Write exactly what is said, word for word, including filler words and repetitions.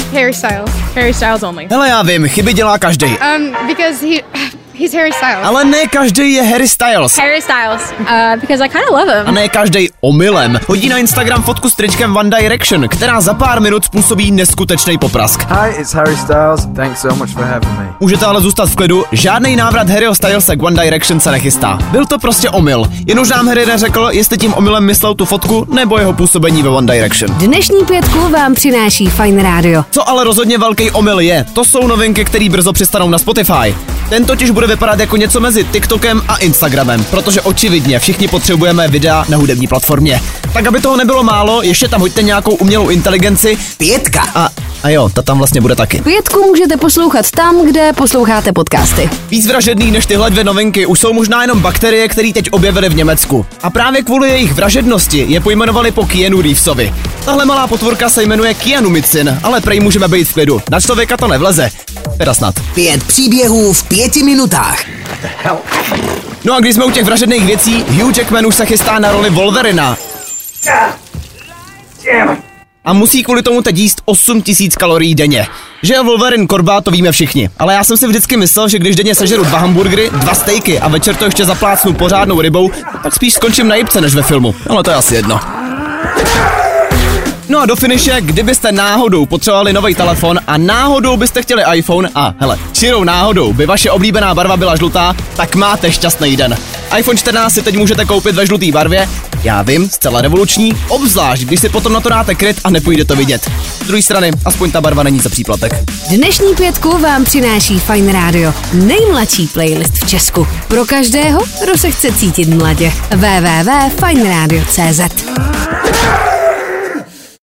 Harry Styles. Harry Styles only. Hele, já vím, chyby dělá každý. Um, because he, he's Harry Styles. Ale ne každý je Harry Styles. Harry Styles. Uh, because I kind of love him. A ne každý omylem hodí na Instagram fotku s tričkem One Direction, která za pár minut způsobí neskutečný poprask. Hi, it's Harry Styles. Thanks so much for having me. Můžete ale zůstat v klidu, žádný návrat Harryho Stylese k One Direction se nechystá. Byl to prostě omyl. Jen už nám Harry neřekl, jestli tím omylem myslel tu fotku nebo jeho působení ve One Direction. Dnešní pětku vám přináší Fajn rádio. Co ale rozhodně velký omyl je, to jsou novinky, které brzo přistanou na Spotify. Ten totiž bude vypadat jako něco mezi TikTokem a Instagramem, protože očividně všichni potřebujeme videa na hudební platformě. Tak aby toho nebylo málo, ještě tam hoďte nějakou umělou inteligenci. Pětka. A, a jo, ta tam vlastně bude taky. Pětku můžete poslouchat tam, kde posloucháte podcasty. Víc vražedný než tyhle dvě novinky už jsou možná jenom bakterie, které teď objevily v Německu. A právě kvůli jejich vražednosti je pojmenovali po Keanu Reevesovi. Tahle malá potvorka se jmenuje Keanumycin, ale prej můžeme být v klidu. Na člověka to nevleze. Teda snad. Pět příběhů v pěti minutách. No a když jsme u těch vražedných věcí, Hugh Jackman už se chystá na roli Wolverina. A musí kvůli tomu teď jíst osm tisíc kalorií denně. Že je Wolverine korba, to víme všichni. Ale já jsem si vždycky myslel, že když denně sežeru dva hamburgery, dva stejky a večer to ještě zaplácnu pořádnou rybou, tak spíš skončím na jibce než ve filmu. Ale to je asi jedno. No a do finiše, kdybyste náhodou potřebovali nový telefon a náhodou byste chtěli iPhone a hele, čirou náhodou by vaše oblíbená barva byla žlutá, tak máte šťastný den. iPhone čtrnáct si teď můžete koupit ve žluté barvě, já vím, zcela revoluční, obzvlášť, když si potom na to dáte kryt a nepůjde to vidět. Z druhé strany, aspoň ta barva není za příplatek. Dnešní pětku vám přináší Fajn rádio. Nejmladší playlist v Česku. Pro každého, kdo se chce cítit mladě. w w w tečka fajn rádio tečka cé zet